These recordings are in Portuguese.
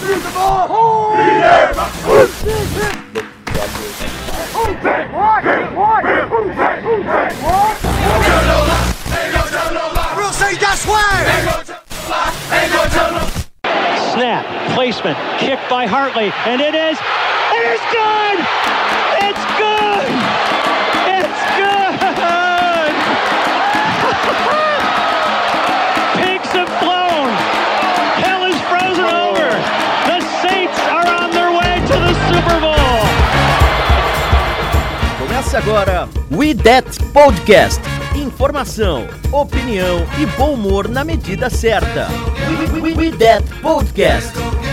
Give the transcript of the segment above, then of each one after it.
Snap, placement, kick by Hartley, and it is good! It's good! It's good! Pigs have flown! Hell is frozen over! The Saints are on their way to the Super Bowl! Começa agora We That Podcast. Informação, opinião e bom humor na medida certa. We That Podcast.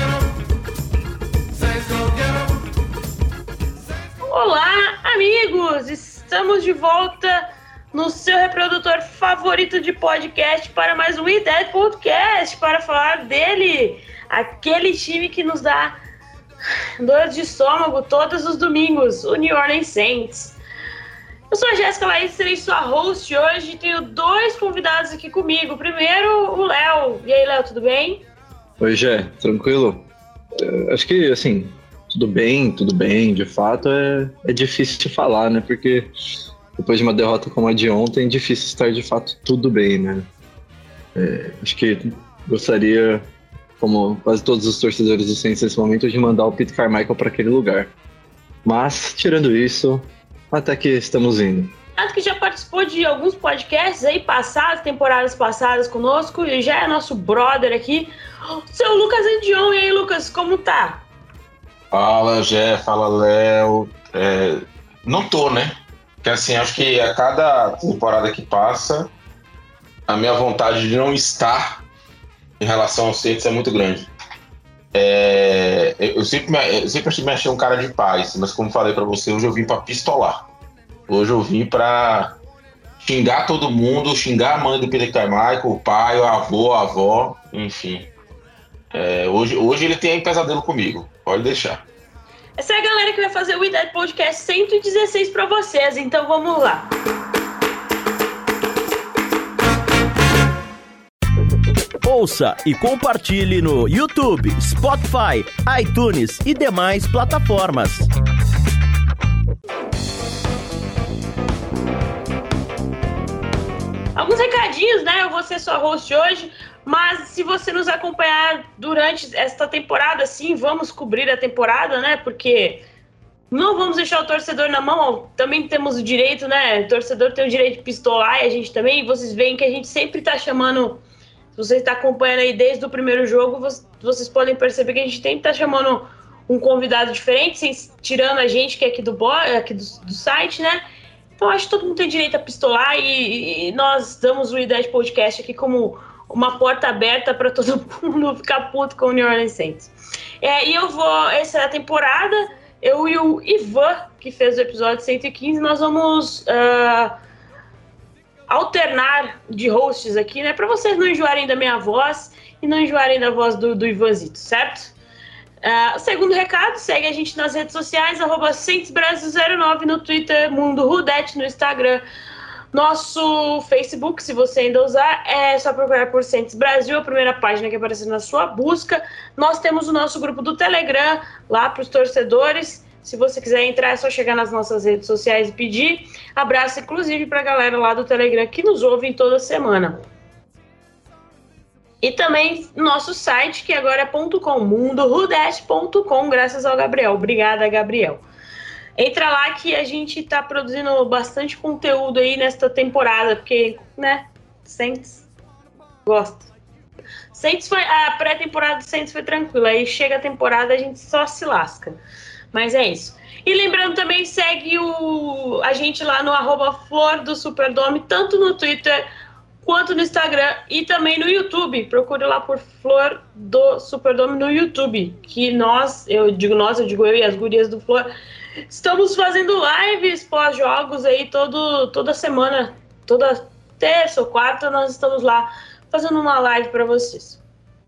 Olá, amigos! Estamos de volta no seu reprodutor favorito de podcast para mais um We That Podcast, para falar dele, aquele time que nos dá dor de estômago todos os domingos, o New Orleans Saints. Eu sou a Jéssica Laís, serei sua host hoje. Tenho dois convidados aqui comigo. Primeiro, o Léo. E aí, Léo, tudo bem? Oi, Jé, tranquilo? Acho que, assim, tudo bem. De fato, é difícil de falar, né? Porque depois de uma derrota como a de ontem, é difícil estar, de fato, tudo bem, né? Acho que gostaria, como quase todos os torcedores do Saints nesse momento, de mandar o Pete Carmichael para aquele lugar. Mas, tirando isso, até que estamos indo. Tanto que já participou de alguns podcasts aí passados, temporadas passadas conosco, e já é nosso brother aqui, o seu Lucas Andion. E aí, Lucas, como tá? Fala, Jé, fala, Léo. Não tô, né? Porque assim, acho que a cada temporada que passa, a minha vontade de não estar em relação aos Saints é muito grande. Eu sempre achei um cara de paz, mas como falei pra você, hoje eu vim pra pistolar. Hoje eu vim pra xingar todo mundo, xingar a mãe do Peter Carmichael, o pai, o avô, a avó, enfim. Hoje ele tem pesadelo comigo, pode deixar. Essa é a galera que vai fazer o We That Podcast 116 pra vocês, então vamos lá. Ouça e compartilhe no YouTube, Spotify, iTunes e demais plataformas. Alguns recadinhos, né? Eu vou ser sua host hoje, mas se você nos acompanhar durante esta temporada, sim, vamos cobrir a temporada, né? Porque não vamos deixar o torcedor na mão, também temos o direito, né? O torcedor tem o direito de pistolar e a gente também. E vocês veem que a gente sempre tá chamando. Se você está acompanhando aí desde o primeiro jogo, vocês podem perceber que a gente sempre está chamando um convidado diferente, tirando a gente que é aqui do site, né? Então acho que todo mundo tem direito a pistolar e nós damos o Ideia de Podcast aqui como uma porta aberta para todo mundo ficar puto com o New Orleans Saints. Essa é a temporada, eu e o Ivan, que fez o episódio 115, nós vamos alternar de hosts aqui, né? Pra vocês não enjoarem da minha voz e não enjoarem da voz do Ivanzito, certo? Segundo recado, segue a gente nas redes sociais, @SaintsBrasil09 no Twitter, Mundo Rudete no Instagram. Nosso Facebook, se você ainda usar, é só procurar por Saints Brasil, a primeira página que aparece na sua busca. Nós temos o nosso grupo do Telegram, lá para os torcedores. Se você quiser entrar, é só chegar nas nossas redes sociais e pedir. Abraço, inclusive, para a galera lá do Telegram que nos ouve toda semana. E também nosso site, que agora é .com, mundorudete.com, graças ao Gabriel. Obrigada, Gabriel. Entra lá que a gente tá produzindo bastante conteúdo aí nesta temporada, porque, né, Saints gosta. A pré-temporada do Saints foi tranquila, aí chega a temporada a gente só se lasca. Mas é isso. E lembrando também, segue a gente lá no @Flor do Superdome, tanto no Twitter quanto no Instagram e também no YouTube. Procure lá por Flor do Superdome no YouTube. Que eu digo eu e as gurias do Flor, estamos fazendo lives pós-jogos aí toda semana, toda terça ou quarta, nós estamos lá fazendo uma live para vocês.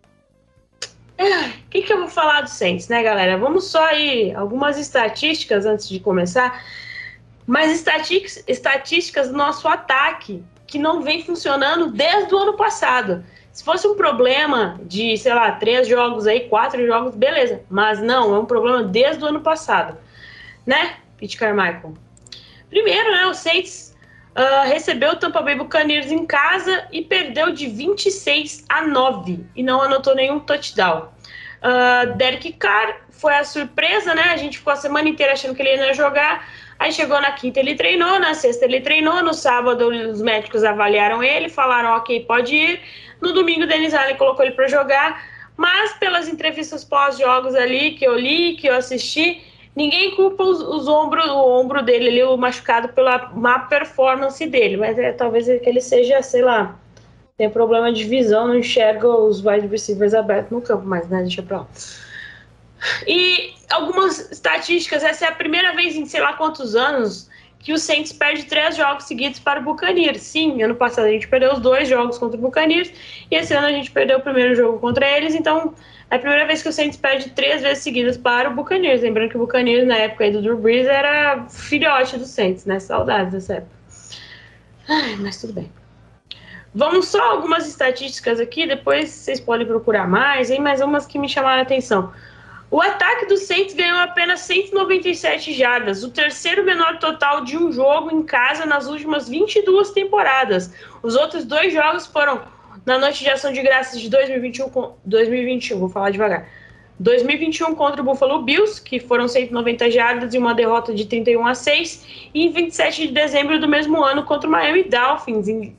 O que eu vou falar do Saints, né, galera? Vamos só aí, algumas estatísticas antes de começar. Mas estatísticas do nosso ataque, que não vem funcionando desde o ano passado. Se fosse um problema de, sei lá, 3 jogos aí, 4 jogos, beleza. Mas não, é um problema desde o ano passado. Né, Pete Carmichael? Primeiro, né, o Saints recebeu o Tampa Bay Buccaneers em casa e perdeu de 26-9 e não anotou nenhum touchdown. Derek Carr foi a surpresa, né? A gente ficou a semana inteira achando que ele ia jogar. Aí chegou na quinta, ele treinou, na sexta ele treinou, no sábado os médicos avaliaram ele, falaram ok, pode ir. No domingo o Dennis Allen colocou ele para jogar, mas pelas entrevistas pós-jogos ali que eu li, que eu assisti, ninguém culpa o ombro dele ali, o machucado, pela má performance dele, mas talvez que ele seja, sei lá, tem problema de visão, não enxerga os wide receivers abertos no campo, mas né, deixa pra lá. E algumas estatísticas, essa é a primeira vez em sei lá quantos anos que o Saints perde 3 jogos seguidos para o Buccaneers. Sim, ano passado a gente perdeu os 2 jogos contra o Buccaneers e esse ano a gente perdeu o primeiro jogo contra eles, então é a primeira vez que o Saints perde 3 vezes seguidas para o Buccaneers. Lembrando que o Buccaneers na época aí do Drew Brees era filhote do Saints, né? Saudades dessa época. Ai, mas tudo bem. Vamos só algumas estatísticas aqui, depois vocês podem procurar mais, hein? Mas umas que me chamaram a atenção. O ataque do Saints ganhou apenas 197 jardas, o terceiro menor total de um jogo em casa nas últimas 22 temporadas. Os outros 2 jogos foram na noite de ação de graças de 2021, vou falar devagar. 2021 contra o Buffalo Bills, que foram 190 jardas e uma derrota de 31-6, e em 27 de dezembro do mesmo ano contra o Miami Dolphins, em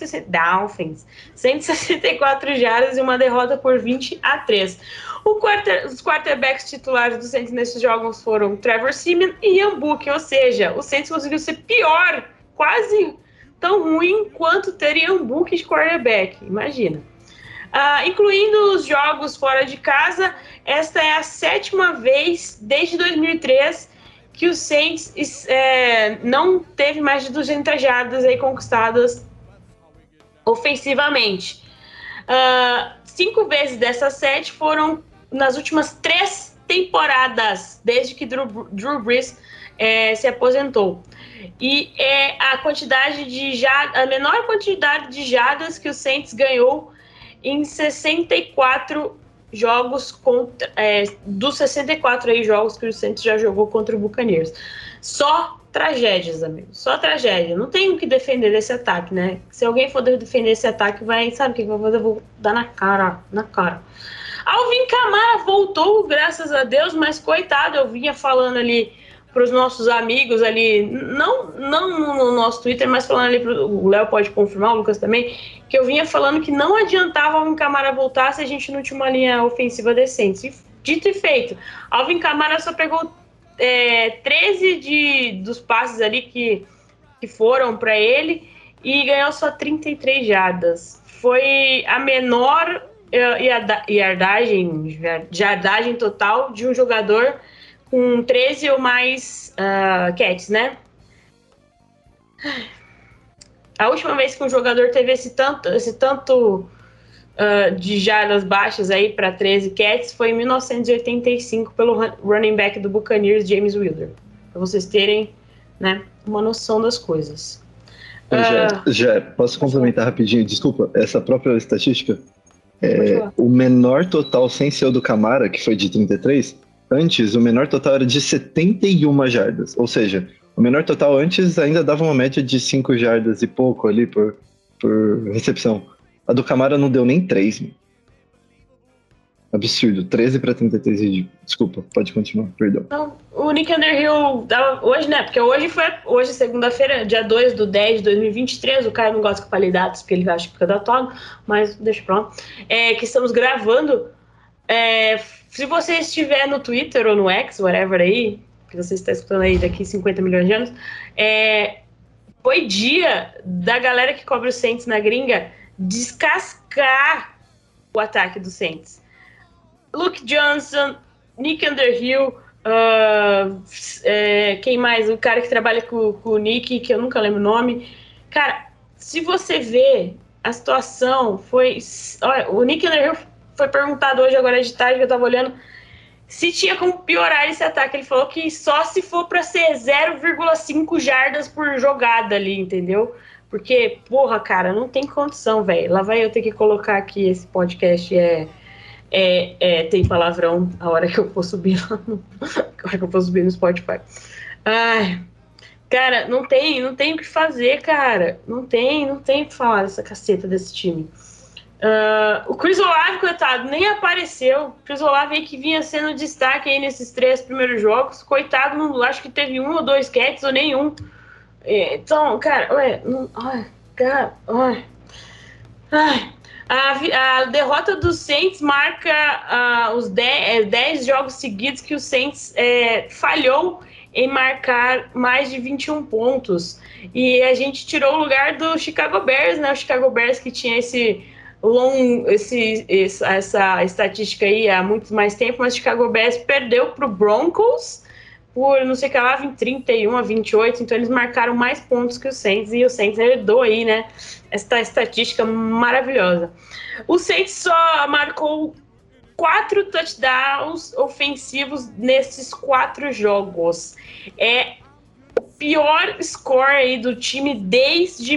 164 jardas e uma derrota por 20-3. Os quarterbacks titulares do Saints nesses jogos foram Trevor Siemian e Ian Book, ou seja, o Saints conseguiu ser pior, quase tão ruim quanto ter Ian Book de quarterback, imagina. Incluindo os jogos fora de casa, esta é a 7ª vez desde 2003 que o Saints não teve mais de 200 jardas aí conquistadas ofensivamente. 5 vezes dessas 7 foram nas últimas 3 temporadas, desde que Drew Brees se aposentou. E é a menor quantidade de jardas que o Saints ganhou em 64 jogos dos 64 aí jogos que o Saints já jogou contra o Buccaneers. Só tragédias, amigos. Só tragédia. Não tem o que defender desse ataque, né? Se alguém for defender esse ataque, sabe o que eu vou fazer? Eu vou dar na cara. Alvin Kamara voltou, graças a Deus, mas coitado, eu vinha falando ali para os nossos amigos ali, não no nosso Twitter, mas falando ali, o Léo pode confirmar, o Lucas também, que eu vinha falando que não adiantava Alvin Kamara voltar se a gente não tinha uma linha ofensiva decente. E, dito e feito, Alvin Kamara só pegou 13 dos passes ali que foram para ele e ganhou só 33 jardas. Foi a menor jardagem total de um jogador com 13 ou mais catches, né? A última vez que um jogador teve esse tanto de jardas baixas aí para 13 catches foi em 1985 pelo running back do Buccaneers, James Wilder. Para vocês terem, né, uma noção das coisas. Já posso complementar rapidinho? Desculpa, essa própria estatística, o menor total sem ser o do Kamara, que foi de 33, antes o menor total era de 71 jardas, ou seja, o menor total antes ainda dava uma média de 5 jardas e pouco ali por recepção. A do Kamara não deu nem 3. Absurdo, 13 para 33. Desculpa, pode continuar, perdão. Não, o Nick Underhill hoje, né? Porque hoje segunda-feira, dia 2/10 de 2023. O cara não gosta que eu fale datas, porque ele acha que fica datado, mas deixa pra lá. Que estamos gravando. Se você estiver no Twitter ou no X, whatever aí, que você está escutando aí daqui 50 milhões de anos, foi dia da galera que cobre o Saints na gringa descascar o ataque do Saints. Luke Johnson, Nick Underhill, quem mais? O cara que trabalha com o Nick, que eu nunca lembro o nome. Cara, se você vê a situação, foi... Olha, o Nick Underhill foi perguntado hoje, agora de tarde, que eu tava olhando, se tinha como piorar esse ataque. Ele falou que só se for para ser 0,5 jardas por jogada ali, entendeu? Porque, porra, cara, não tem condição, velho. Lá vai eu ter que colocar aqui esse podcast tem palavrão a hora que eu for subir lá a hora que eu for subir no Spotify. Ai, cara, não tem o que fazer, cara. Não tem o que falar dessa caceta desse time. O Chris Olave, coitado, nem apareceu. O Chris Olave aí que vinha sendo destaque aí nesses 3 primeiros jogos. Coitado, acho que teve 1 ou 2 catches ou nenhum. Então, cara, a derrota do Saints marca os 10 jogos seguidos que o Saints falhou em marcar mais de 21 pontos. E a gente tirou o lugar do Chicago Bears, né? O Chicago Bears que tinha essa estatística aí há muito mais tempo, mas o Chicago Bears perdeu para o Broncos por não sei o que lá, 31-28, então eles marcaram mais pontos que o Saints, e o Saints herdou aí, né, essa estatística maravilhosa. O Saints só marcou 4 touchdowns ofensivos nesses 4 jogos. É o pior score aí do time desde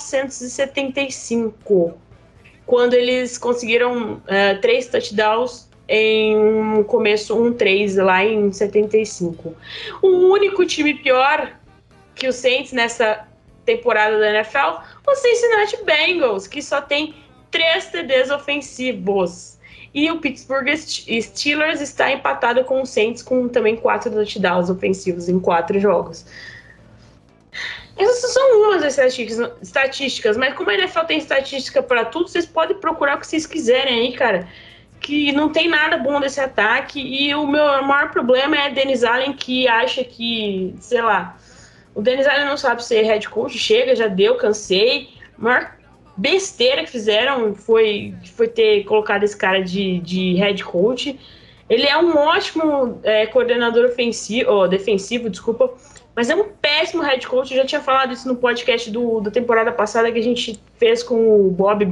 1975, quando eles conseguiram 3 touchdowns em um começo 1-3 lá em 75. O único time pior que o Saints nessa temporada da NFL, o Cincinnati Bengals, que só tem 3 TDs ofensivos. E o Pittsburgh Steelers está empatado com o Saints com também 4 touchdowns ofensivos em 4 jogos. Essas são umas das estatísticas, mas como a NFL tem estatística para tudo, vocês podem procurar o que vocês quiserem aí, cara, que não tem nada bom desse ataque. E o meu maior problema é Dennis Allen, que acha que, sei lá, o Dennis Allen não sabe ser head coach, chega, já deu, cansei. A maior besteira que fizeram foi ter colocado esse cara de head coach. Ele é um ótimo coordenador defensivo, desculpa, mas é um péssimo head coach. Eu já tinha falado isso no podcast da temporada passada que a gente fez com o Bob,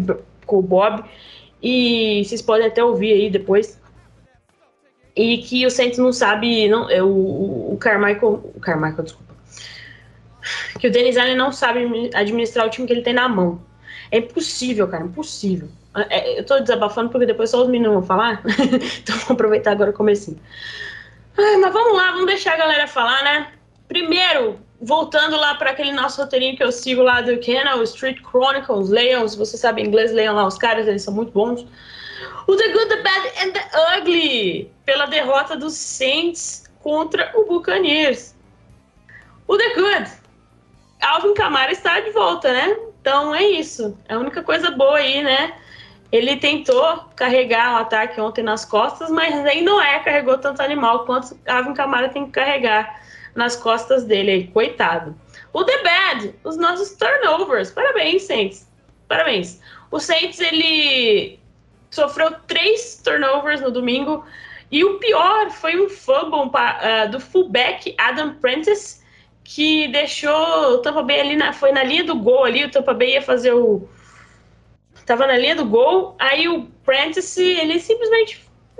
e vocês podem até ouvir aí depois. E que o Saints não sabe, o Carmichael, desculpa, que o Dennis Allen não sabe administrar o time que ele tem na mão. É impossível, cara, impossível. Eu tô desabafando porque depois só os meninos vão falar, então vou aproveitar agora o comecinho. Mas vamos lá, vamos deixar a galera falar, né? Primeiro, voltando lá para aquele nosso roteirinho que eu sigo lá do Canal, o Street Chronicles, leiam, se você sabe inglês, leiam lá os caras, eles são muito bons. O The Good, The Bad and The Ugly, pela derrota dos Saints contra o Buccaneers. O The Good, Alvin Kamara está de volta, né? Então é isso, é a única coisa boa aí, né? Ele tentou carregar o ataque ontem nas costas, mas nem Noé carregou tanto animal quanto Alvin Kamara tem que carregar nas costas dele aí, coitado. O The Bad, os nossos turnovers. Parabéns, Saints. Parabéns. O Saints, ele sofreu 3 turnovers no domingo, e o pior foi um fumble do fullback Adam Prentice, que deixou o Tampa Bay ali, foi na linha do gol ali, o Tampa Bay ia fazer tava na linha do gol, aí o Prentice, ele simplesmente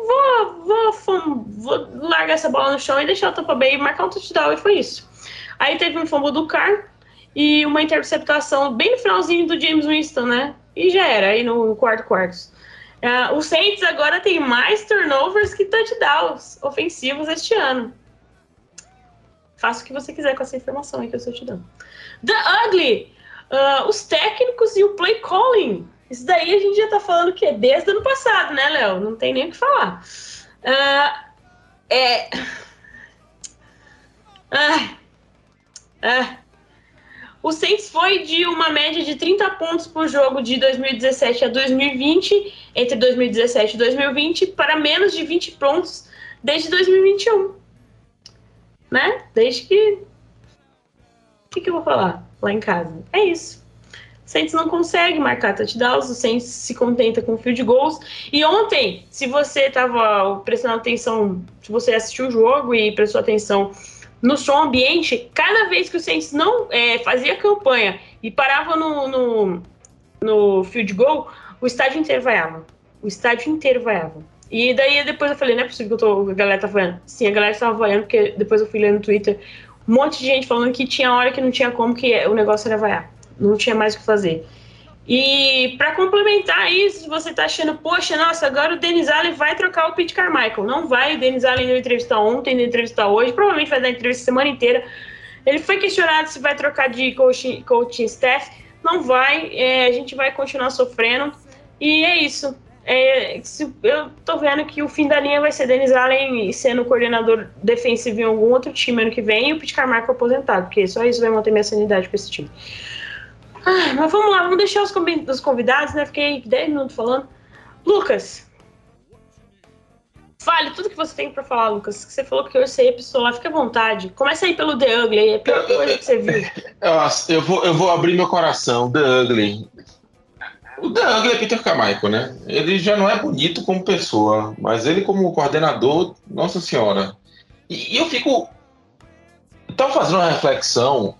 vou largar essa bola no chão e deixar o Tampa Bay marcar um touchdown, e foi isso. Aí teve um fumble do Carr e uma interceptação bem no finalzinho do James Winston, né? E já era, aí no quarto. O Saints agora tem mais turnovers que touchdowns ofensivos este ano. Faça o que você quiser com essa informação aí que eu estou te dando. The Ugly, os técnicos e o play calling. Isso daí a gente já tá falando que é desde o ano passado, né, Léo? Não tem nem o que falar. O Saints foi de uma média de 30 pontos por jogo de 2017 a 2020, entre 2017 e 2020, para menos de 20 pontos desde 2021. Né? Desde que... O que eu vou falar lá em casa? É isso. O Saints não consegue marcar touchdowns, o Saints se contenta com field goals. E ontem, se você estava prestando atenção, se você assistiu o jogo e prestou atenção no som ambiente, cada vez que o Saints não fazia campanha e parava no field goal, o estádio inteiro vaiava. E daí depois eu falei, não é possível que a galera tá vaiando. Sim, a galera estava vaiando, porque depois eu fui ler no Twitter um monte de gente falando que tinha hora que não tinha como, que o negócio era vaiar. Não tinha mais o que fazer. E para complementar isso, você tá achando, poxa, nossa, agora o Dennis Allen vai trocar o Pete Carmichael. Não vai, o Dennis Allen deu entrevista ontem, deu entrevista hoje, provavelmente vai dar entrevista a semana inteira. Ele foi questionado se vai trocar de coaching staff. Não vai, a gente vai continuar sofrendo. E é isso. Eu tô vendo que o fim da linha vai ser Dennis Allen sendo coordenador defensivo em algum outro time ano que vem e o Pete Carmichael aposentado, porque só isso vai manter minha sanidade com esse time. Mas vamos lá, vamos deixar os convidados, né? Fiquei 10 minutos falando. Lucas, fale tudo que você tem pra falar, Lucas. Você falou que hoje você ia pistolar, fica à vontade. Começa aí pelo The Ugly, é a pior coisa que você viu. Eu vou abrir meu coração, The Ugly. O The Ugly é Peter Carmichael, né? Ele já não é bonito como pessoa, mas ele como coordenador, nossa senhora. E eu fico... Estava fazendo uma reflexão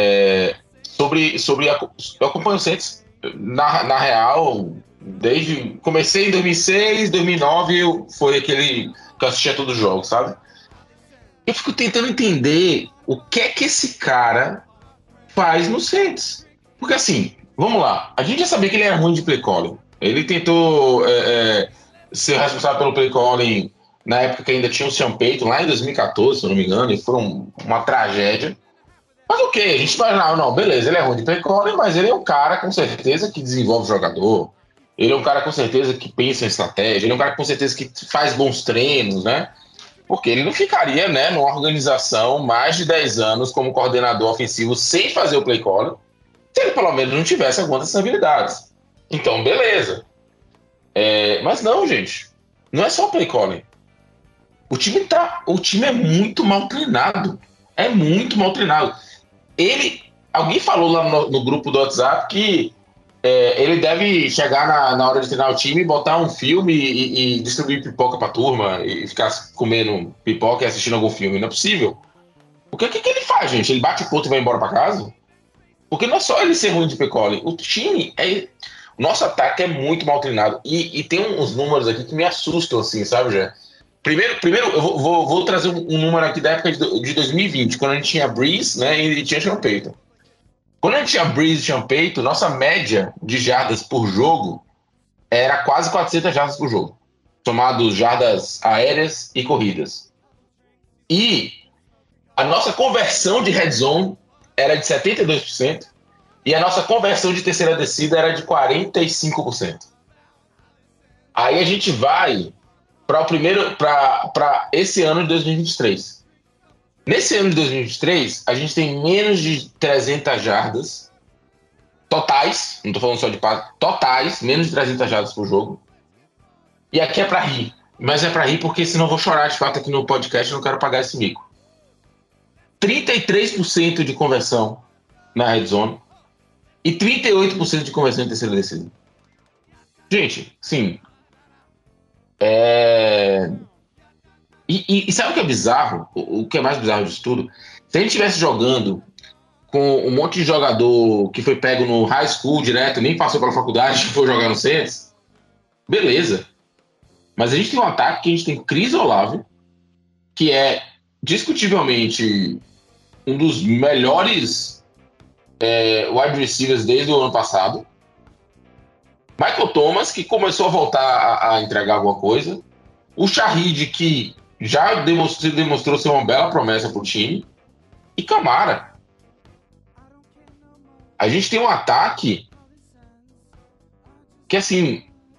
sobre eu acompanho o Saints na real, desde... Comecei em 2006, 2009, foi aquele que eu assistia todos os jogos, sabe? Eu fico tentando entender o que é que esse cara faz no Saints. Porque assim... Vamos lá, a gente já sabia que ele era ruim de play calling. Ele tentou ser responsável pelo play calling na época que ainda tinha o Sean Payton, lá em 2014, se eu não me engano, e foi uma tragédia. Mas ok, a gente vai lá, não, beleza, ele é ruim de play calling, mas ele é um cara com certeza que desenvolve o jogador, ele é um cara com certeza que pensa em estratégia, ele é um cara com certeza que faz bons treinos, né? Porque ele não ficaria, né, numa organização mais de 10 anos como coordenador ofensivo sem fazer o play calling, se ele pelo menos não tivesse algumas dessas habilidades. Então, beleza. Mas não, gente. Não é só play calling. O time é muito mal treinado. É muito mal treinado. Alguém falou lá no grupo do WhatsApp que ele deve chegar na hora de treinar o time, botar um filme e distribuir pipoca pra turma e ficar comendo pipoca e assistindo algum filme. Não é possível. O que ele faz, gente? Ele bate o ponto e vai embora pra casa? Porque não é só ele ser ruim de play calling, o time o nosso ataque é muito mal treinado. E tem uns números aqui que me assustam, assim, sabe, já? Primeiro eu vou trazer um número aqui da época de 2020, quando a gente tinha Breeze, né, e tinha Sean Payton. Quando a gente tinha Breeze e Sean Payton, nossa média de jardas por jogo era quase 400 jardas por jogo, somado jardas aéreas e corridas. E a nossa conversão de red zone era de 72%, e a nossa conversão de terceira descida era de 45%. Aí a gente vai para esse ano de 2023. Nesse ano de 2023, a gente tem menos de 300 jardas totais, não estou falando só de passe, totais, menos de 300 jardas por jogo. E aqui é para rir, mas é para rir porque senão eu vou chorar de fato aqui no podcast, eu não quero pagar esse mico. 33% de conversão na red zone e 38% de conversão em terceira descida. Gente, sim. E sabe o que é bizarro? O que é mais bizarro disso tudo? Se a gente estivesse jogando com um monte de jogador que foi pego no high school direto, nem passou pela faculdade, que foi jogar no Saints, beleza. Mas a gente tem um ataque que a gente tem Chris Olave, que é discutivelmente um dos melhores wide receivers desde o ano passado. Michael Thomas, que começou a voltar a entregar alguma coisa. O Shaheed, que já demonstrou ser uma bela promessa para o time. E Kamara. A gente tem um ataque que, assim,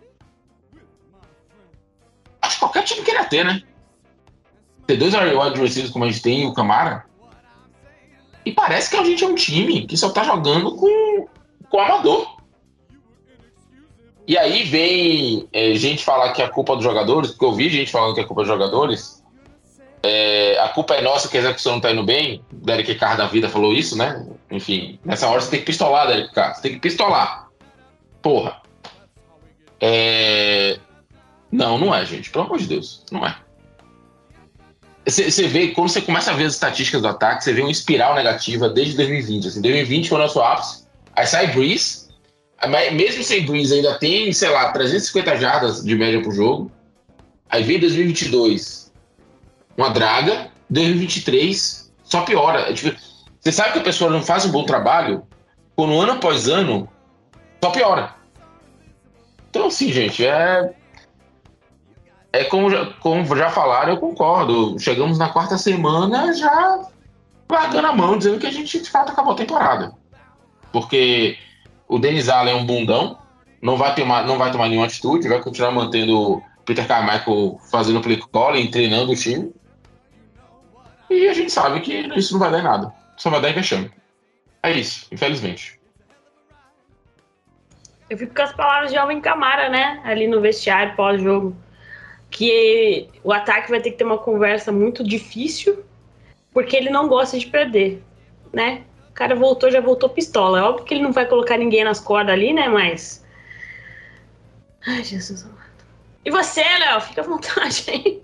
acho que qualquer time queria ter, né? Ter dois wide receivers como a gente tem e o Kamara. E parece que a gente é um time que só tá jogando com amador. E aí vem gente falar que é a culpa dos jogadores, porque eu vi gente falando que é a culpa dos jogadores. A culpa é nossa que a execução não tá indo bem. Derek Carr da vida falou isso, né? Enfim, nessa hora você tem que pistolar, Derek Carr. Você tem que pistolar. Porra. Não é, gente. Pelo amor de Deus. Não é. Você vê, quando você começa a ver as estatísticas do ataque, você vê uma espiral negativa desde 2020. Assim, 2020 foi o nosso ápice. Aí sai Breeze. Mesmo sem Breeze, ainda tem, sei lá, 350 jardas de média por jogo. Aí vem 2022, uma draga. 2023, só piora. Você sabe que a pessoa não faz um bom trabalho quando ano após ano, só piora. Então, assim, gente, como já falaram, eu concordo. Chegamos na quarta semana já largando a mão, dizendo que a gente, de fato, acabou a temporada. Porque o Dennis Allen é um bundão, não vai tomar nenhuma atitude, vai continuar mantendo o Peter Carmichael fazendo play calling, treinando o time. E a gente sabe que isso não vai dar em nada. Só vai dar em vexame. É isso, infelizmente. Eu fico com as palavras de Alvin Kamara, né? Ali no vestiário, pós-jogo. Que o ataque vai ter que ter uma conversa muito difícil, porque ele não gosta de perder, né? O cara já voltou pistola. É óbvio que ele não vai colocar ninguém nas cordas ali, né? Mas... Ai, Jesus amado. E você, Léo? Fica à vontade aí.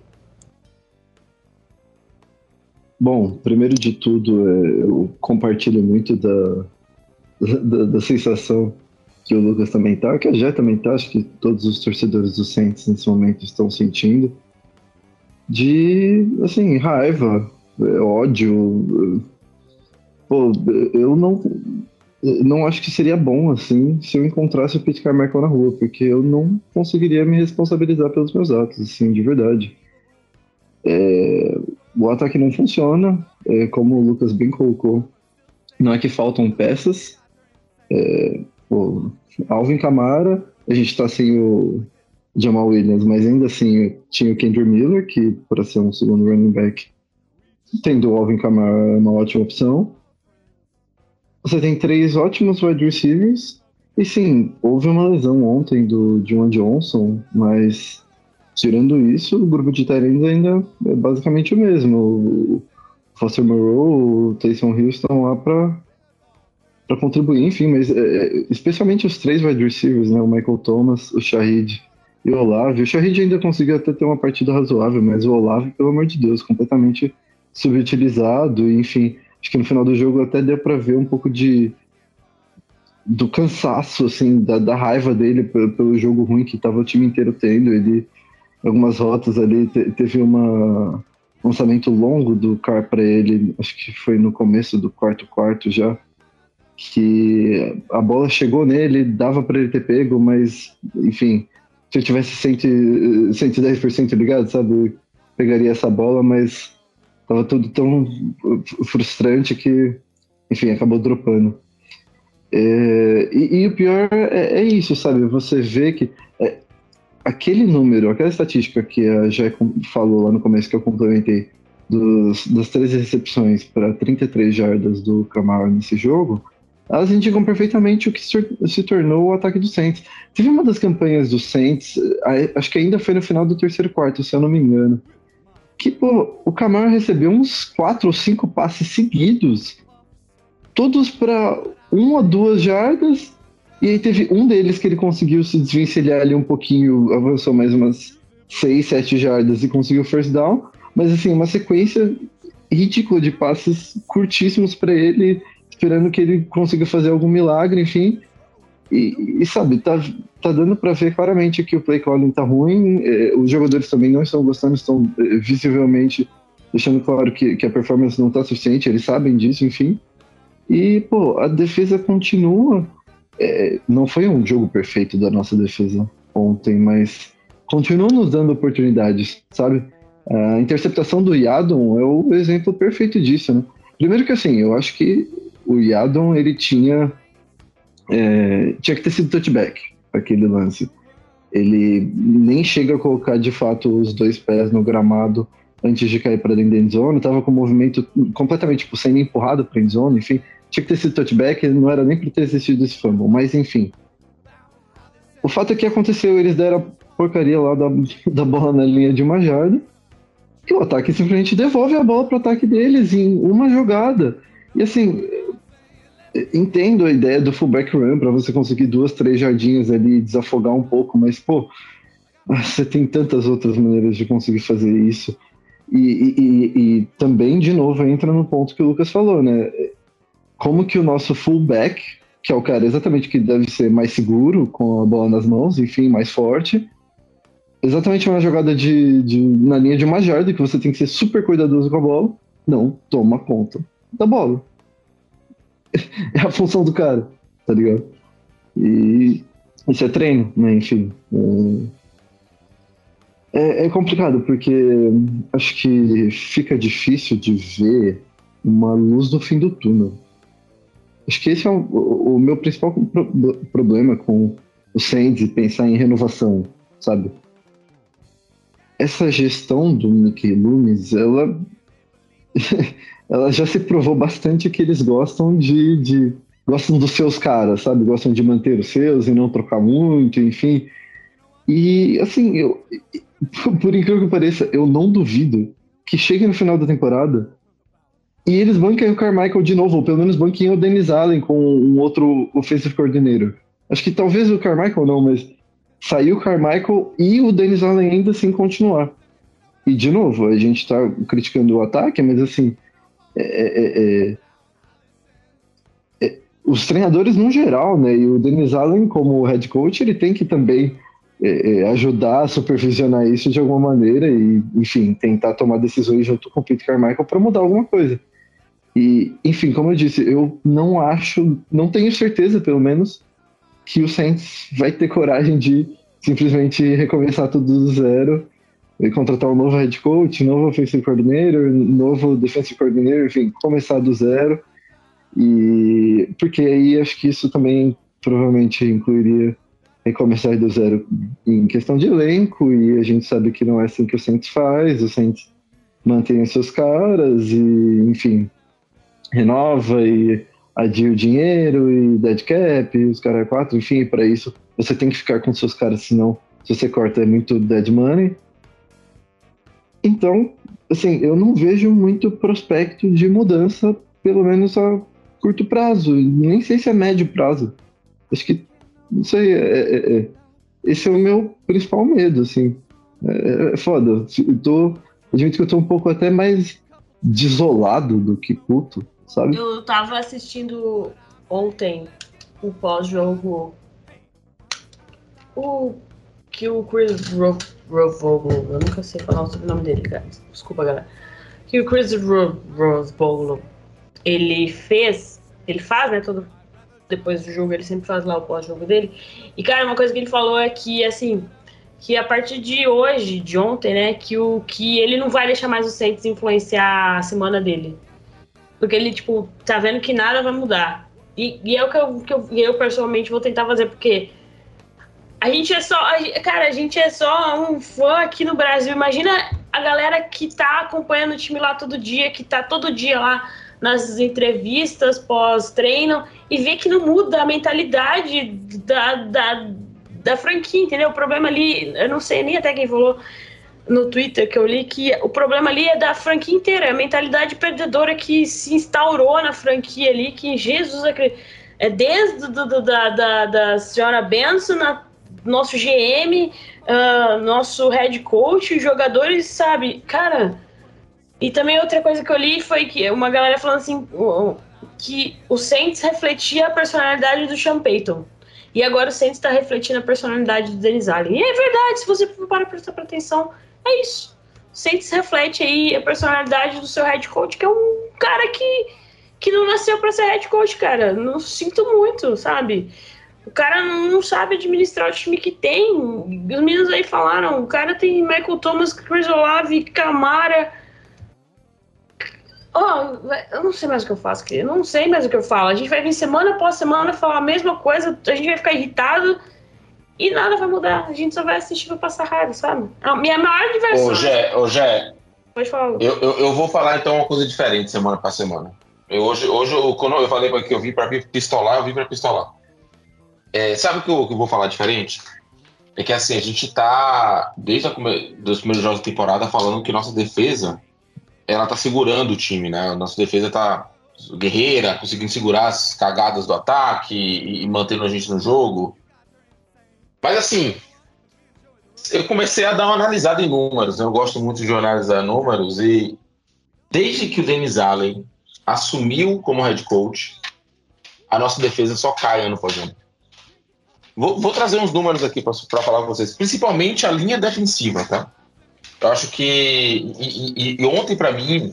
Bom, primeiro de tudo, eu compartilho muito da sensação que o Lucas também tá, que a Jé também tá, acho que todos os torcedores do Saints nesse momento estão sentindo, de, assim, raiva, ódio. Pô, eu não acho que seria bom, assim, se eu encontrasse o Pete Carmichael na rua, porque eu não conseguiria me responsabilizar pelos meus atos, assim, de verdade. O ataque não funciona, como o Lucas bem colocou, não é que faltam peças. Alvin Kamara, a gente tá sem o Jamal Williams, mas ainda assim tinha o Kendrick Miller, que para ser um segundo running back, tendo o Alvin Kamara é uma ótima opção. Você tem 3 ótimos wide receivers, e sim, houve uma lesão ontem do Juwan Johnson, mas tirando isso, o grupo de tight ends ainda é basicamente o mesmo. O Foster Moreau, o Taysom Hill estão lá para contribuir, enfim, mas especialmente os 3 wide receivers, né? O Michael Thomas, o Shaheed e o Olave. O Shaheed ainda conseguiu até ter uma partida razoável, mas o Olave, pelo amor de Deus, completamente subutilizado, e, enfim, acho que no final do jogo até deu para ver um pouco do cansaço, assim, da raiva dele pelo jogo ruim que estava o time inteiro tendo. Ele, algumas rotas ali, teve um lançamento longo do Carr para ele, acho que foi no começo do quarto já, que a bola chegou nele, dava para ele ter pego, mas, enfim, se eu tivesse 110% ligado, sabe, eu pegaria essa bola, mas tava tudo tão frustrante que, enfim, acabou dropando. E o pior é isso, sabe, você vê que aquele número, aquela estatística que a Jé falou lá no começo, que eu complementei, das 13 recepções para 33 jardas do Kamara nesse jogo, elas indicam perfeitamente o que se tornou o ataque do Saints. Teve uma das campanhas do Saints, acho que ainda foi no final do terceiro quarto, se eu não me engano, que, pô, o Kamara recebeu uns 4 ou 5 passes seguidos, todos para 1 ou 2 jardas, e aí teve um deles que ele conseguiu se desvencilhar ali um pouquinho, avançou mais umas 6, 7 jardas e conseguiu first down, mas assim, uma sequência ridícula de passes curtíssimos para ele, esperando que ele consiga fazer algum milagre, enfim. E sabe, tá dando para ver claramente que o play calling tá ruim, os jogadores também não estão gostando, estão visivelmente deixando claro que a performance não tá suficiente, eles sabem disso, enfim. E, pô, a defesa continua. Não foi um jogo perfeito da nossa defesa ontem, mas continua nos dando oportunidades, sabe? A interceptação do Yadon é o exemplo perfeito disso, né? Primeiro que, assim, eu acho que o Yadon, ele tinha que ter sido touchback, aquele lance. Ele nem chega a colocar, de fato, os 2 pés no gramado antes de cair para dentro da endzone, tava com o movimento completamente, tipo, sendo empurrado para endzone, enfim. Tinha que ter sido touchback, não era nem para ter existido esse fumble, mas enfim. O fato é que aconteceu, eles deram a porcaria lá da bola na linha de 1 jarda, e o ataque simplesmente devolve a bola para o ataque deles em uma jogada. E assim, entendo a ideia do fullback run para você conseguir 2, 3 jardinhas ali e desafogar um pouco, mas, pô, você tem tantas outras maneiras de conseguir fazer isso. E também, de novo, entra no ponto que o Lucas falou, né? Como que o nosso fullback, que é o cara exatamente que deve ser mais seguro com a bola nas mãos, enfim, mais forte, exatamente uma jogada na linha de 1 jarda, que você tem que ser super cuidadoso com a bola, não toma conta da bola. É a função do cara. tá ligado? E isso é treino, né? Enfim. É complicado, porque acho que fica difícil de ver uma luz no fim do túnel. Acho que esse é o meu principal problema com o Saints e pensar em renovação, sabe? Essa gestão do Mickey Loomis, ela já se provou bastante que eles gostam gostam dos seus caras, sabe? Gostam de manter os seus e não trocar muito, enfim. E, assim, por incrível que pareça, eu não duvido que chegue no final da temporada e eles banquem o Carmichael de novo, ou pelo menos banquem o Dennis Allen com um outro offensive coordinator. Acho que talvez o Carmichael não, mas sair o Carmichael e o Dennis Allen ainda assim continuar. E, de novo, a gente tá criticando o ataque, mas, assim, os treinadores no geral, né? E o Dennis Allen, como head coach, ele tem que também ajudar a supervisionar isso de alguma maneira e, enfim, tentar tomar decisões junto com o Pete Carmichael para mudar alguma coisa. E, enfim, como eu disse, eu não tenho certeza, pelo menos, que o Saints vai ter coragem de simplesmente recomeçar tudo do zero e contratar um novo head coach, novo offensive coordinator, novo defensive coordinator, enfim, começar do zero. E porque aí acho que isso também provavelmente incluiria recomeçar do zero em questão de elenco, e a gente sabe que não é assim que o Saints faz. O Saints mantém os seus caras e, enfim, renova e adia o dinheiro e dead cap, e os caras 4, enfim, para isso você tem que ficar com seus caras, senão se você corta é muito dead money. Então, assim, eu não vejo muito prospecto de mudança, pelo menos a curto prazo, nem sei se é médio prazo. Acho que, não sei, esse é o meu principal medo, assim. É foda. Admito que eu tô um pouco até mais desolado do que puto, sabe? Eu tava assistindo ontem o pós-jogo que o Chris Vogel, eu nunca sei falar o sobrenome dele, cara. Desculpa, galera. Que o Chris Vogel, ele faz, né, todo depois do jogo, ele sempre faz lá o pós-jogo dele. E, cara, uma coisa que ele falou é que, assim, que a partir de hoje, de ontem, né, que ele não vai deixar mais o Saints influenciar a semana dele. Porque ele, tipo, tá vendo que nada vai mudar. E é o que eu pessoalmente vou tentar fazer, porque a gente é só um fã aqui no Brasil. Imagina a galera que tá acompanhando o time lá todo dia, que tá todo dia lá nas entrevistas pós-treino, e ver que não muda a mentalidade da franquia, entendeu? O problema ali, eu não sei nem até quem falou no Twitter que eu li, que o problema ali é da franquia inteira, a mentalidade perdedora que se instaurou na franquia ali, que Jesus é desde da senhora Benson, nosso GM, nosso head coach, os jogadores, sabe, cara. E também outra coisa que eu li foi que uma galera falando assim, que o Saints refletia a personalidade do Sean Payton. E agora o Saints está refletindo a personalidade do Dennis Allen. E é verdade, se você for para prestar atenção, é isso. O Saints reflete aí a personalidade do seu head coach, que é um cara que não nasceu para ser head coach, cara. Não sinto muito, sabe? O cara não sabe administrar o time que tem. Os meninos aí falaram, o cara tem Michael Thomas, Chris Olave, Camara. Eu não sei mais o que eu faço, querido. Eu não sei mais o que eu falo. A gente vai vir semana após semana falar a mesma coisa, a gente vai ficar irritado e nada vai mudar. A gente só vai assistir pra passar raiva, sabe? A minha maior diversão. Ô, Gé. Pode falar. Eu vou falar então uma coisa diferente semana pra semana. Hoje quando eu falei que eu vim pra pistolar, eu vim pra pistolar. Sabe o que eu vou falar diferente? É que assim, a gente tá, desde os primeiros jogos da temporada, falando que nossa defesa, ela tá segurando o time, né? A nossa defesa tá guerreira, conseguindo segurar as cagadas do ataque e mantendo a gente no jogo. Mas assim, eu comecei a dar uma analisada em números. Eu gosto muito de analisar números, e desde que o Dennis Allen assumiu como head coach, a nossa defesa só cai ano após ano. Vou trazer uns números aqui para falar com vocês, principalmente a linha defensiva, tá? Eu acho que... E ontem, para mim,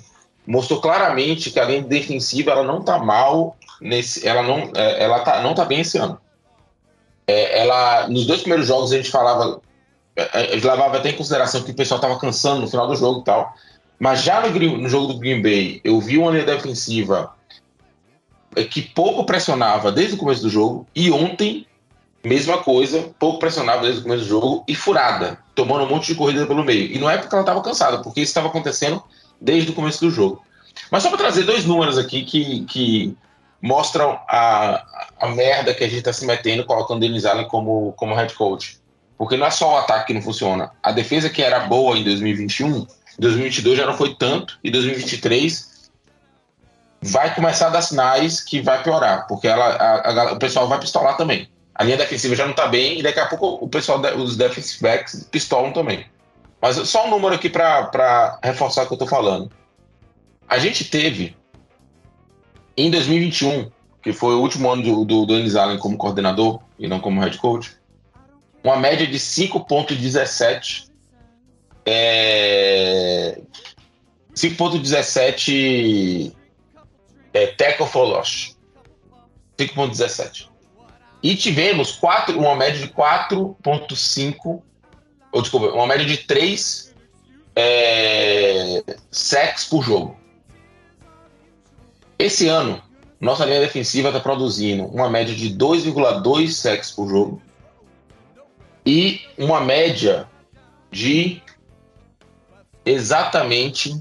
mostrou claramente que a linha defensiva ela não tá mal não tá bem esse ano. Nos 2 primeiros jogos a gente levava até em consideração que o pessoal estava cansando no final do jogo e tal, mas já no jogo do Green Bay eu vi uma linha defensiva que pouco pressionava desde o começo do jogo, e ontem mesma coisa, pouco pressionava desde o começo do jogo e furada, tomando um monte de corrida pelo meio. E não é porque ela estava cansada, porque isso estava acontecendo desde o começo do jogo. Mas só para trazer 2 números aqui que mostram a merda que a gente está se metendo colocando Dennis Allen como head coach. Porque não é só o ataque que não funciona. A defesa que era boa em 2021, em 2022 já não foi tanto, e 2023 vai começar a dar sinais que vai piorar, porque o pessoal vai pistolar também. A linha defensiva já não está bem, e daqui a pouco o pessoal, os defensive backs pistolam também. Mas só um número aqui para reforçar o que eu estou falando. A gente teve, em 2021, que foi o último ano do Dennis Allen como coordenador e não como head coach, uma média de 5.17 tackle for loss. 5.17. E tivemos uma média de 4.5, ou desculpa, uma média de 3 sacks por jogo. Esse ano, nossa linha defensiva está produzindo uma média de 2,2 sacks por jogo e uma média de exatamente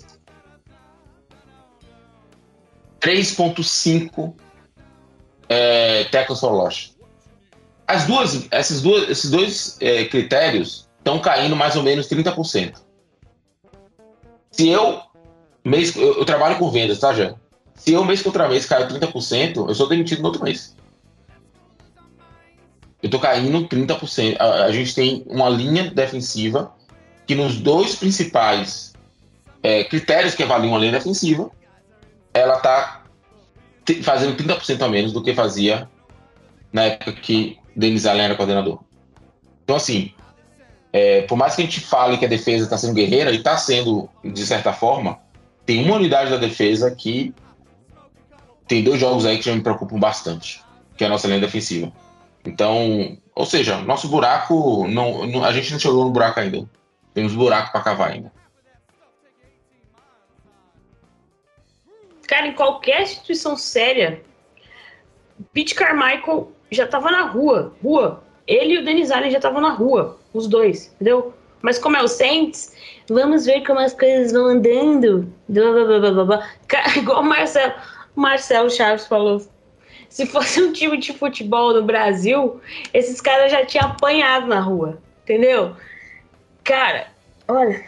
3,5 tackles for loss. Esses dois critérios estão caindo mais ou menos 30%. Se eu trabalho com vendas, tá, Jean? Se eu mês contra mês caio 30%, eu sou demitido no outro mês. Eu tô caindo 30%. A gente tem uma linha defensiva que nos 2 principais critérios que avaliam a linha defensiva, ela tá fazendo 30% a menos do que fazia na época que Dennis Allen era coordenador. Então, assim, por mais que a gente fale que a defesa está sendo guerreira, e está sendo, de certa forma, tem uma unidade da defesa que tem 2 jogos aí que já me preocupam bastante, que é a nossa linha defensiva. Então, ou seja, nosso buraco, a gente não chegou no buraco ainda. Temos buraco para cavar ainda. Cara, em qualquer instituição séria, Pete Carmichael já tava na rua. Ele e o Dennis Allen já estavam na rua, os 2, entendeu? Mas como é o Saints, vamos ver como as coisas vão andando. Blá, blá, blá, blá. Igual o Marcelo Chaves falou. Se fosse um time de futebol no Brasil, esses caras já tinham apanhado na rua, entendeu? Cara, olha,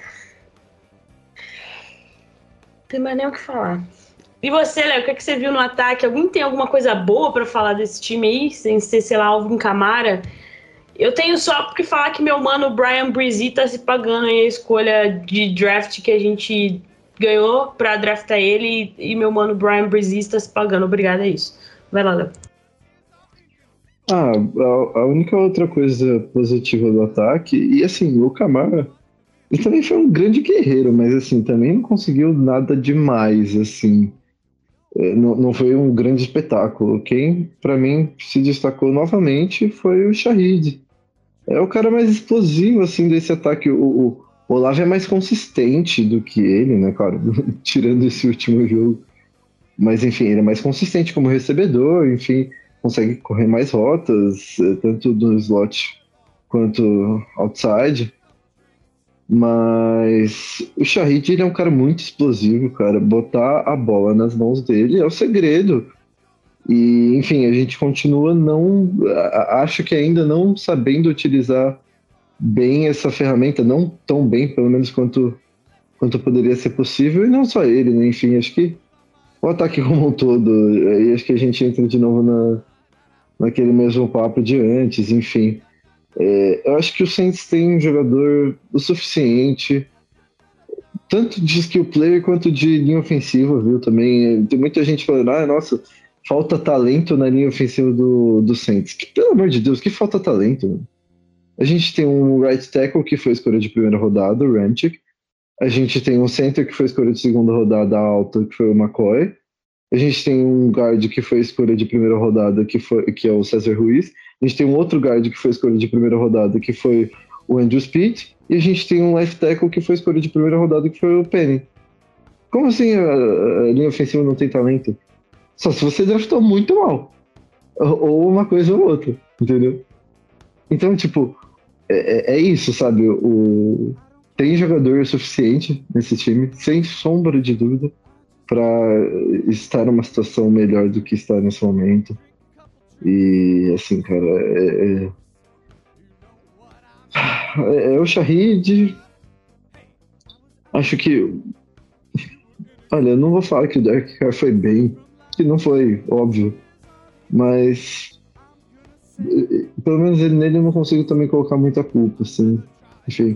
não tem mais nem o que falar. E você, Léo, o que você viu no ataque? Alguém tem alguma coisa boa pra falar desse time aí, sem ser, sei lá, Alvin Kamara? Eu tenho só porque falar que meu mano Brian Brzee tá se pagando aí a escolha de draft que a gente ganhou pra draftar ele, e meu mano Brian Brzee tá se pagando. Obrigado, é isso. Vai lá, Léo. A única outra coisa positiva do ataque, e assim, o Kamara, ele também foi um grande guerreiro, mas assim, também não conseguiu nada demais, assim. Não foi um grande espetáculo. Quem, para mim, se destacou novamente foi o Shaheed. É o cara mais explosivo, assim, desse ataque. O Olave é mais consistente do que ele, né, claro, tirando esse último jogo. Mas, enfim, ele é mais consistente como recebedor, enfim, consegue correr mais rotas, tanto no slot quanto outside. Mas o Shaheed, ele é um cara muito explosivo, cara. Botar a bola nas mãos dele é o segredo. E, enfim, a gente continua acho que ainda não sabendo utilizar bem essa ferramenta, não tão bem, pelo menos quanto poderia ser possível, e não só ele, né? Enfim, acho que o ataque como um todo, aí acho que a gente entra de novo naquele mesmo papo de antes, enfim. Eu acho que o Saints tem um jogador o suficiente, tanto de skill player quanto de linha ofensiva, viu? Também tem muita gente falando, nossa, falta talento na linha ofensiva do Saints. Pelo amor de Deus, que falta talento, mano. A gente tem um right tackle que foi escolha de primeira rodada, o Ramczyk. A gente tem um center que foi escolha de segunda rodada alta, que foi o McCoy. A gente tem um guard que foi escolha de primeira rodada, que é o César Ruiz. A gente tem um outro guard que foi escolha de primeira rodada, que foi o Andrew Speed. E a gente tem um left tackle que foi escolha de primeira rodada, que foi o Penny. Como assim a linha ofensiva não tem talento? Só se você draftou muito mal. Ou uma coisa ou outra, entendeu? Então, tipo, é isso, sabe? Tem jogador suficiente nesse time, sem sombra de dúvida, para estar numa situação melhor do que está nesse momento. E, assim, cara, o Shaheed. Acho que. Olha, eu não vou falar que o Derek Carr foi bem, que não foi, óbvio. Mas. Pelo menos nele eu não consigo também colocar muita culpa, assim. Enfim.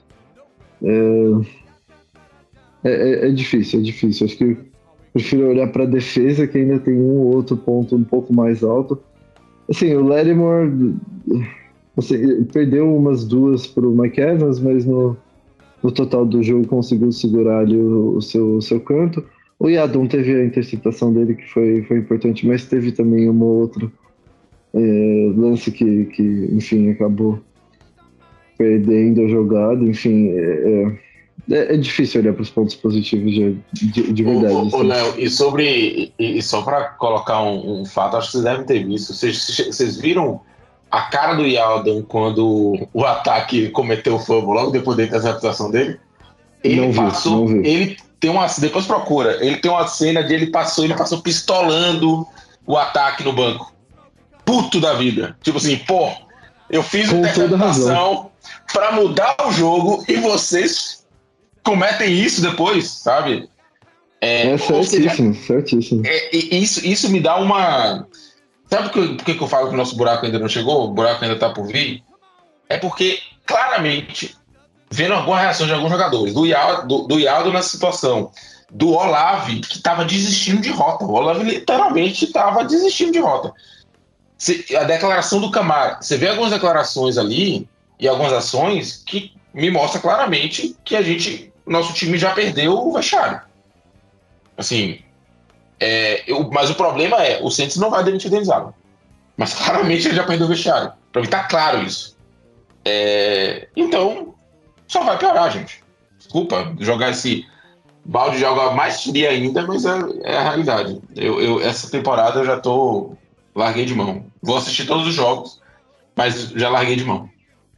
É difícil. Acho que eu prefiro olhar para a defesa, que ainda tem um ou outro ponto um pouco mais alto. Assim, o Lattimore assim, perdeu umas duas para o Mike Evans, mas no total do jogo conseguiu segurar ali o seu canto. O Yadon teve a interceptação dele, que foi importante, mas teve também uma outra lance que, enfim, acabou perdendo a jogada. Enfim, é difícil olhar para os pontos positivos de verdade. Ô, Léo, e só para colocar um fato, acho que vocês devem ter visto. Vocês viram a cara do Yadon quando o ataque cometeu o fumble logo depois da interceptação dele? Ele não vi. Ele tem uma. Depois procura. Ele tem uma cena de ele passou pistolando o ataque no banco. Puto da vida. Tipo assim, pô, eu fiz uma interceptação para mudar o jogo e vocês cometem isso depois, sabe? Certíssimo. Isso me dá uma. Sabe por que eu falo que o nosso buraco ainda não chegou? O buraco ainda tá por vir? É porque, claramente, vendo alguma reação de alguns jogadores, do Yaldo nessa situação, do Olave, que estava desistindo de rota. O Olave literalmente estava desistindo de rota. A declaração do Camara, você vê algumas declarações ali e algumas ações que me mostram claramente que nosso time já perdeu o vestiário. Assim, mas o problema o Saints não vai demitir o Dennis Allen. Mas claramente ele já perdeu o vestiário. Pra mim tá claro isso. Então, só vai piorar, gente. Desculpa jogar esse balde de água mais fria ainda, mas é a realidade. Essa temporada eu já larguei de mão. Vou assistir todos os jogos, mas já larguei de mão.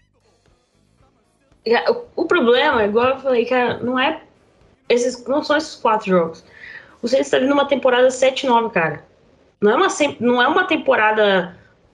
O problema, igual eu falei, cara, não são esses 4 jogos. O Saints está vindo uma temporada 7-9, cara. Não é uma temporada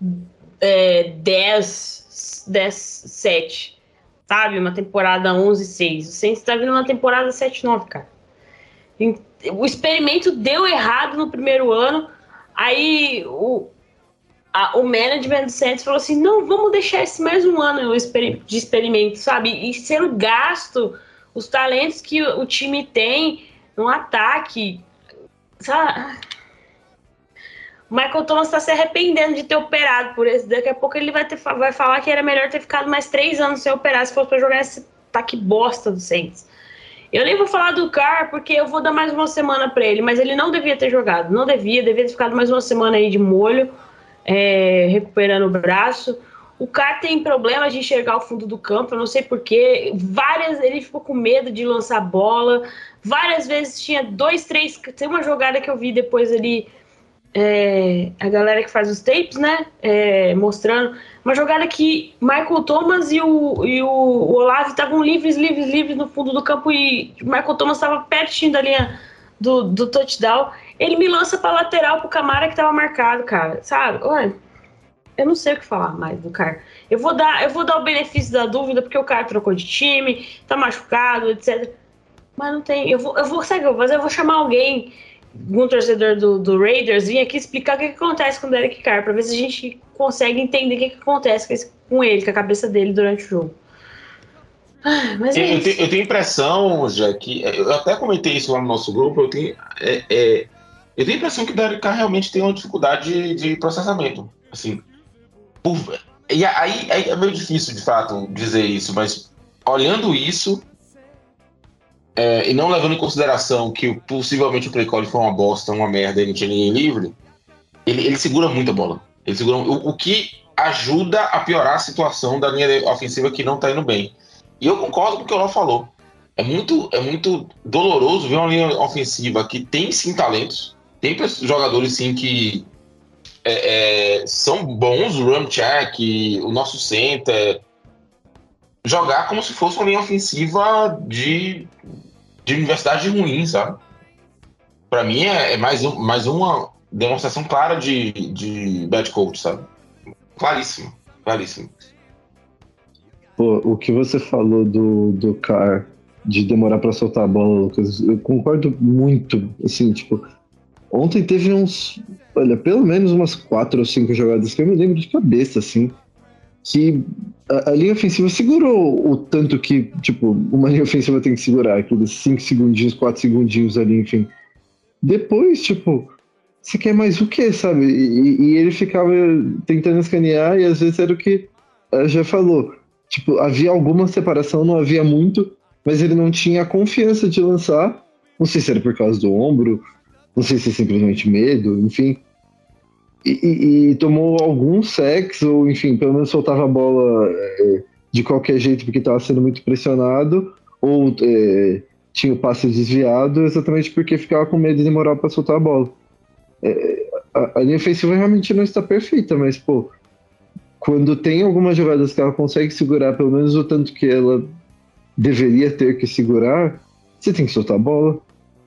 10-7, sabe? Uma temporada 11-6. O Saints está vindo uma temporada 7-9, cara. O experimento deu errado no primeiro ano. Aí o management do Saints falou assim, não, vamos deixar esse mais um ano de experimento, sabe? E sendo gasto os talentos que o time tem no ataque, sabe? O Michael Thomas está se arrependendo de ter operado por esse. Daqui a pouco ele vai falar que era melhor ter ficado mais 3 anos sem operar se fosse para jogar esse ataque bosta do Saints. Eu nem vou falar do Carr, porque eu vou dar mais uma semana para ele, mas ele não devia ter jogado. Não devia ter ficado mais uma semana aí de molho, recuperando o braço. O Carr tem problemas de enxergar o fundo do campo, eu não sei porquê. Ele ficou com medo de lançar bola. Várias vezes tinha 2, 3... Tem uma jogada que eu vi depois ali, a galera que faz os tapes, né? Mostrando. Uma jogada que Michael Thomas e o Olave estavam livres no fundo do campo e o Michael Thomas estava pertinho da linha do touchdown. Ele me lança pra lateral pro Camara que tava marcado, cara. Sabe? Ué, eu não sei o que falar mais do Carr. Eu vou dar o benefício da dúvida, porque o Carr trocou de time, tá machucado, etc. Mas não tem. Sabe o que eu vou fazer? Eu vou chamar alguém, um torcedor do Raiders, vir aqui explicar o que acontece com o Derek Carr, pra ver se a gente consegue entender o que acontece com ele, com a cabeça dele durante o jogo. Mas eu tenho impressão, já que eu até comentei isso lá no nosso grupo, eu tenho a impressão que o Derek Carr realmente tem uma dificuldade de processamento, assim. E aí é meio difícil, de fato, dizer isso, mas olhando isso, e não levando em consideração que possivelmente o play call foi uma bosta, uma merda, e não tinha ninguém livre, ele segura muito a bola. Ele segura o que ajuda a piorar a situação da linha ofensiva que não tá indo bem. E eu concordo com o que o Léo falou. É muito doloroso ver uma linha ofensiva que tem sim talentos, tem jogadores sim que são bons, o Ramchak, o nosso center, jogar como se fosse uma linha ofensiva de universidade ruim, sabe? Pra mim é mais uma demonstração clara de bad coach, sabe? Claríssimo. Pô, o que você falou do Carr de demorar pra soltar a bola, Lucas, eu concordo muito. Assim, tipo, ontem teve pelo menos umas 4 ou 5 jogadas que eu me lembro de cabeça, assim, que a linha ofensiva segurou o tanto que, tipo, uma linha ofensiva tem que segurar, aqueles 5 segundinhos, 4 segundinhos ali, enfim. Depois, tipo, você quer mais o quê, sabe? E ele ficava tentando escanear e às vezes era o que já falou. Tipo, havia alguma separação, não havia muito, mas ele não tinha a confiança de lançar. Não sei se era por causa do ombro, não sei se é simplesmente medo, enfim. E tomou alguns sacks, ou enfim, pelo menos soltava a bola de qualquer jeito porque estava sendo muito pressionado, ou tinha o passe desviado, exatamente porque ficava com medo de demorar para soltar a bola. A linha ofensiva realmente não está perfeita, mas, pô, quando tem algumas jogadas que ela consegue segurar pelo menos o tanto que ela deveria ter que segurar, você tem que soltar a bola.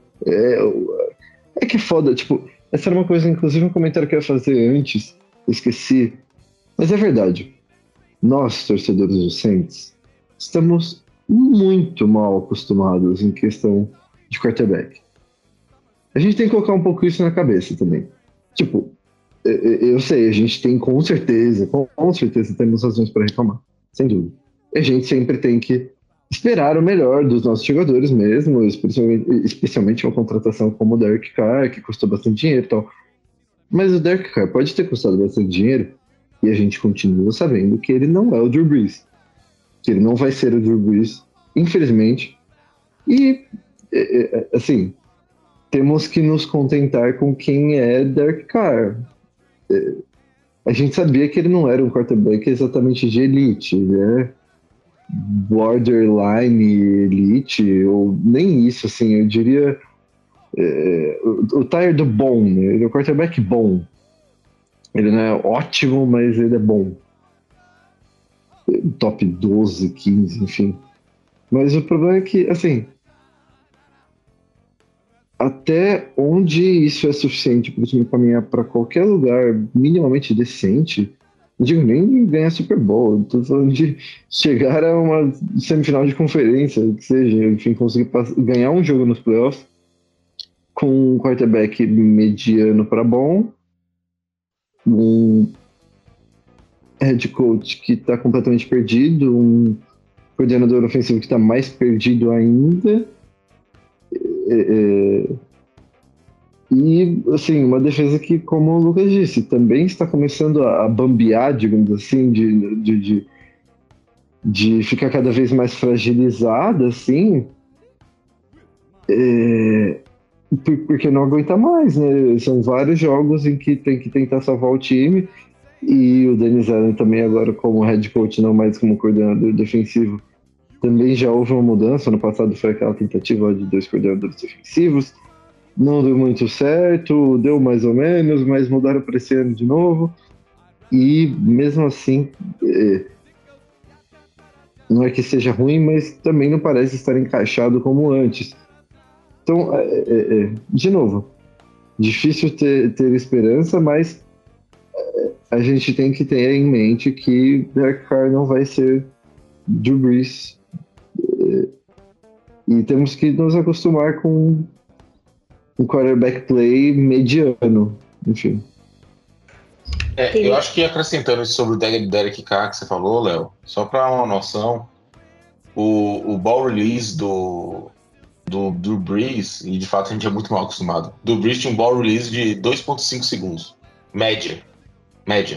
É que é foda, tipo, essa era uma coisa, inclusive um comentário que eu ia fazer antes, eu esqueci, mas é verdade. Nós, torcedores do Saints, estamos muito mal acostumados em questão de quarterback. A gente tem que colocar um pouco isso na cabeça também. Tipo, eu sei, a gente tem com certeza temos razões para reclamar, sem dúvida. E a gente sempre tem que esperar o melhor dos nossos jogadores mesmo, especialmente uma contratação como o Derek Carr, que custou bastante dinheiro e tal. Mas o Derek Carr pode ter custado bastante dinheiro e a gente continua sabendo que ele não é o Drew Brees. Que ele não vai ser o Drew Brees, infelizmente. E, assim, temos que nos contentar com quem é Derek Carr. A gente sabia que ele não era um quarterback exatamente de elite, ele é borderline elite, ou nem isso, assim, eu diria o Tyler do bom, né? Ele é um quarterback bom. Ele não é ótimo, mas ele é bom. Top 12, 15, enfim. Mas o problema é que, assim, até onde isso é suficiente para o time caminhar para qualquer lugar minimamente decente, não digo nem ganhar Super Bowl, estou falando de chegar a uma semifinal de conferência, que seja, enfim, conseguir ganhar um jogo nos playoffs com um quarterback mediano para bom, um head coach que está completamente perdido, um coordenador ofensivo que está mais perdido ainda, e, assim, uma defesa que, como o Lucas disse, também está começando a bambear, digamos assim, de ficar cada vez mais fragilizada, assim, porque não aguenta mais, né? São vários jogos em que tem que tentar salvar o time, e o Dennis Allen também agora como head coach, não mais como coordenador defensivo, também já houve uma mudança. No passado foi aquela tentativa de 2 coordenadores defensivos, não deu muito certo, deu mais ou menos, mas mudaram para esse ano de novo, e mesmo assim não é que seja ruim, mas também não parece estar encaixado como antes. Então, de novo, difícil ter esperança, mas a gente tem que ter em mente que Derek Carr não vai ser Drew Brees, e temos que nos acostumar com um quarterback play mediano, enfim. Eu acho que acrescentando isso sobre o Derek Carr que você falou, Léo, só para uma noção, o ball release do Brees, e de fato a gente é muito mal acostumado, do Brees tinha um ball release de 2.5 segundos, média.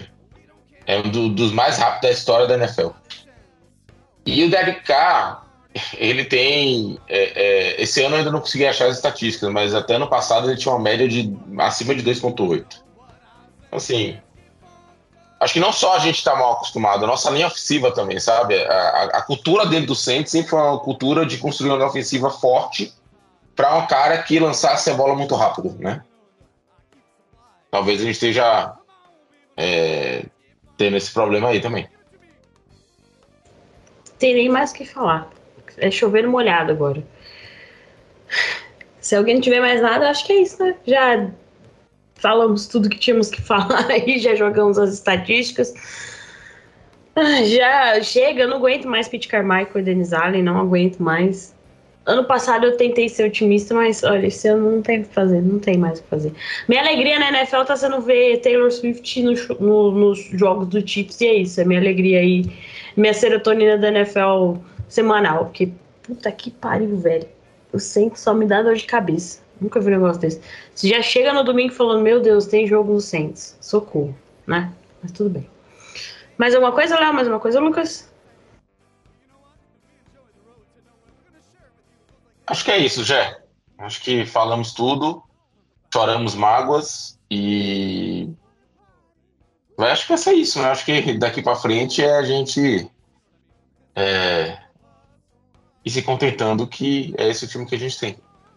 É um dos mais rápidos da história da NFL. E o Derek Carr ele tem... esse ano eu ainda não consegui achar as estatísticas, mas até ano passado ele tinha uma média de acima de 2,8. Assim, acho que não só a gente está mal acostumado, a nossa linha ofensiva também, sabe? A cultura dentro do Saints sempre foi uma cultura de construir uma linha ofensiva forte para um cara que lançasse a bola muito rápido, né? Talvez a gente esteja tendo esse problema aí também. Tem nem mais o que falar. É chover no molhado agora. Se alguém não tiver mais nada, acho que é isso, né? Já falamos tudo que tínhamos que falar aí, já jogamos as estatísticas. Já chega, eu não aguento mais Pete Carmichael e Dennis Allen, não aguento mais. Ano passado eu tentei ser otimista, mas olha, esse ano não tem o que fazer, não tem mais o que fazer. Minha alegria na NFL tá sendo ver Taylor Swift nos jogos do Chiefs, e é isso, é minha alegria aí, minha serotonina da NFL semanal, porque puta que pariu, velho. O Saints só me dá dor de cabeça. Nunca vi um negócio desse. Você já chega no domingo falando, meu Deus, tem jogo no Saints. Socorro, né? Mas tudo bem. Mais alguma coisa, Léo? Mais uma coisa, Lucas? Acho que é isso, Jé. Acho que falamos tudo, choramos mágoas e... acho que vai ser isso, né? Acho que daqui pra frente é a gente ir se contentando que é esse o time que a gente tem.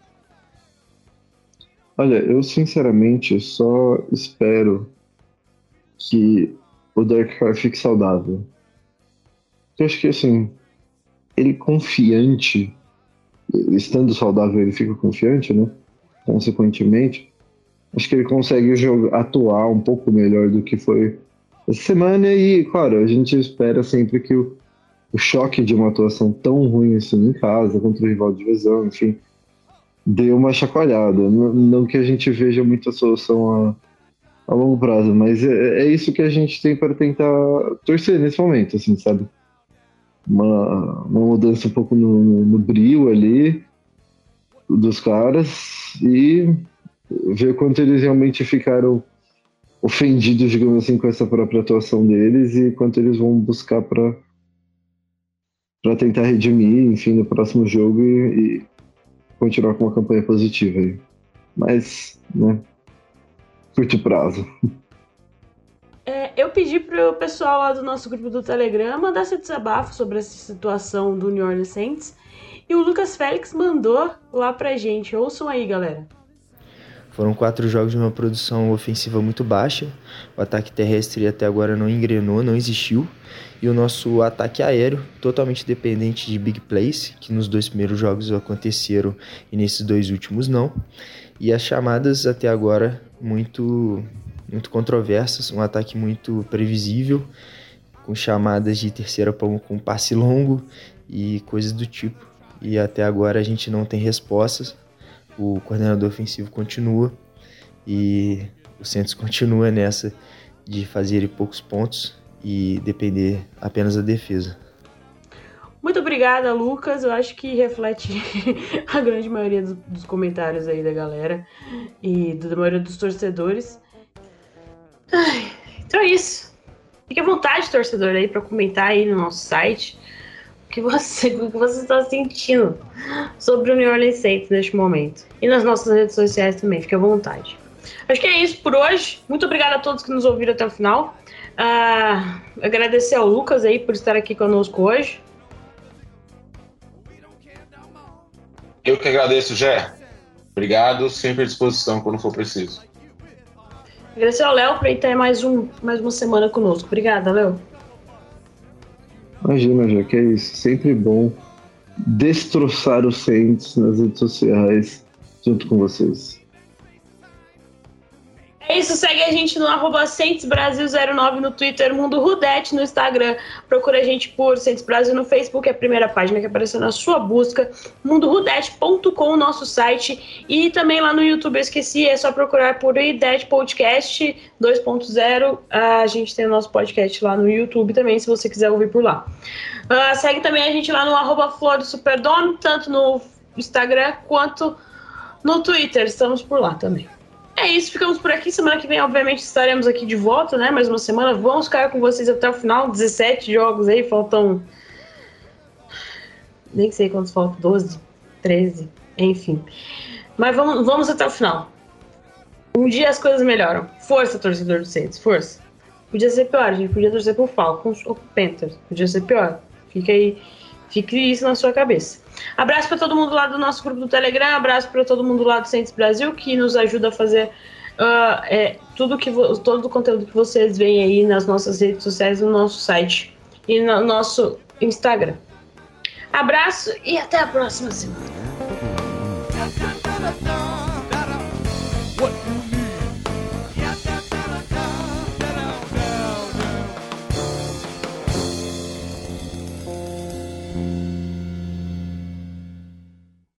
Olha, eu sinceramente só espero que o Derek Carr fique saudável. Eu acho que, assim, ele confiante, estando saudável, ele fica confiante, né? Consequentemente, acho que ele consegue atuar um pouco melhor do que foi essa semana. E, claro, a gente espera sempre que o choque de uma atuação tão ruim assim em casa, contra o rival de divisão, enfim, deu uma chacoalhada. Não que a gente veja muita solução a longo prazo, mas é isso que a gente tem para tentar torcer nesse momento, assim, sabe? Uma mudança um pouco no brio ali dos caras e ver quanto eles realmente ficaram ofendidos, digamos assim, com essa própria atuação deles e quanto eles vão buscar para tentar redimir, enfim, no próximo jogo e continuar com uma campanha positiva aí. Mas, né, curto prazo. Eu pedi pro pessoal lá do nosso grupo do Telegram mandar seu desabafo sobre essa situação do New Orleans Saints e o Lucas Félix mandou lá pra gente. Ouçam aí, galera. Foram 4 jogos de uma produção ofensiva muito baixa, o ataque terrestre até agora não engrenou, não existiu, e o nosso ataque aéreo, totalmente dependente de big plays, que nos 2 primeiros jogos aconteceram e nesses 2 últimos não, e as chamadas até agora muito controversas, um ataque muito previsível, com chamadas de terceira pão com passe longo e coisas do tipo, e até agora a gente não tem respostas. O coordenador ofensivo continua e o Santos continua nessa de fazer poucos pontos e depender apenas da defesa. Muito obrigada, Lucas. Eu acho que reflete a grande maioria dos comentários aí da galera e da maioria dos torcedores. Então é isso. Fique à vontade, torcedor, aí para comentar aí no nosso site o que você está sentindo sobre o New Orleans Saints neste momento. E nas nossas redes sociais também, fique à vontade. Acho que é isso por hoje. Muito obrigada a todos que nos ouviram até o final. Agradecer ao Lucas aí por estar aqui conosco hoje. Eu que agradeço, Jé. Obrigado, sempre à disposição quando for preciso. Agradecer ao Léo por estar mais uma semana conosco. Obrigada, Léo. Imagina, já que é isso. Sempre bom destroçar os Saints nas redes sociais junto com vocês. É isso, segue a gente no @SaintsBrasil09 no Twitter, Mundo Rudete no Instagram. Procura a gente por Saints Brasil no Facebook, é a primeira página que apareceu na sua busca. MundoRudete.com, nosso site. E também lá no YouTube, eu esqueci, é só procurar por IDET Podcast 2.0. A gente tem o nosso podcast lá no YouTube também, se você quiser ouvir por lá. Segue também a gente lá no @FlorDoSuperdome, tanto no Instagram quanto no Twitter. Estamos por lá também. É isso, ficamos por aqui. Semana que vem, obviamente, estaremos aqui de volta, né? Mais uma semana. Vamos ficar com vocês até o final. 17 jogos aí, faltam Nem sei quantos faltam, 12, 13, enfim. Mas vamos até o final. Um dia as coisas melhoram. Força, torcedor do Saints, força. Podia ser pior, a gente podia torcer pro Falcons ou pro Panthers. Podia ser pior. Fique isso na sua cabeça. Abraço para todo mundo lá do nosso grupo do Telegram. Abraço para todo mundo lá do Saints Brasil, que nos ajuda a fazer todo o conteúdo que vocês veem aí nas nossas redes sociais, no nosso site e no nosso Instagram. Abraço e até a próxima semana.